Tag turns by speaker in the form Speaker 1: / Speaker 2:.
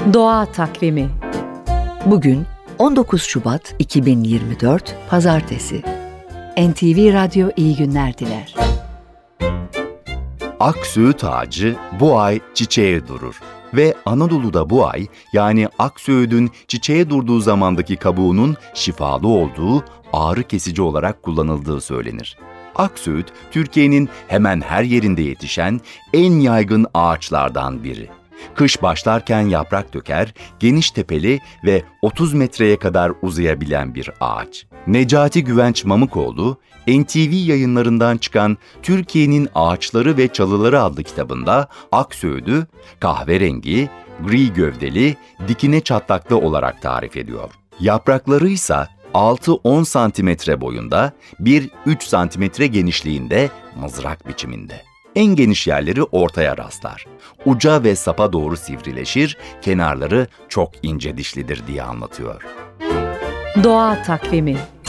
Speaker 1: Doğa Takvimi. Bugün 19 Şubat 2024 Pazartesi. NTV Radyo iyi günler diler.
Speaker 2: Aksöğüt ağacı bu ay çiçeğe durur ve Anadolu'da bu ay, yani aksöğüdün çiçeğe durduğu zamandaki kabuğunun şifalı olduğu, ağrı kesici olarak kullanıldığı söylenir. Aksöğüt, Türkiye'nin hemen her yerinde yetişen en yaygın ağaçlardan biri. Kış başlarken yaprak döker, geniş tepeli ve 30 metreye kadar uzayabilen bir ağaç. Necati Güvenç Mamıkoğlu, NTV yayınlarından çıkan Türkiye'nin Ağaçları ve Çalıları adlı kitabında aksöğüdü kahverengi, gri gövdeli, dikine çatlaklı olarak tarif ediyor. Yaprakları ise 6-10 santimetre boyunda, 1-3 santimetre genişliğinde, mızrak biçiminde. En geniş yerleri ortaya rastlar. Uca ve sapa doğru sivrileşir, kenarları çok ince dişlidir diye anlatıyor.
Speaker 1: Doğa Takvimi.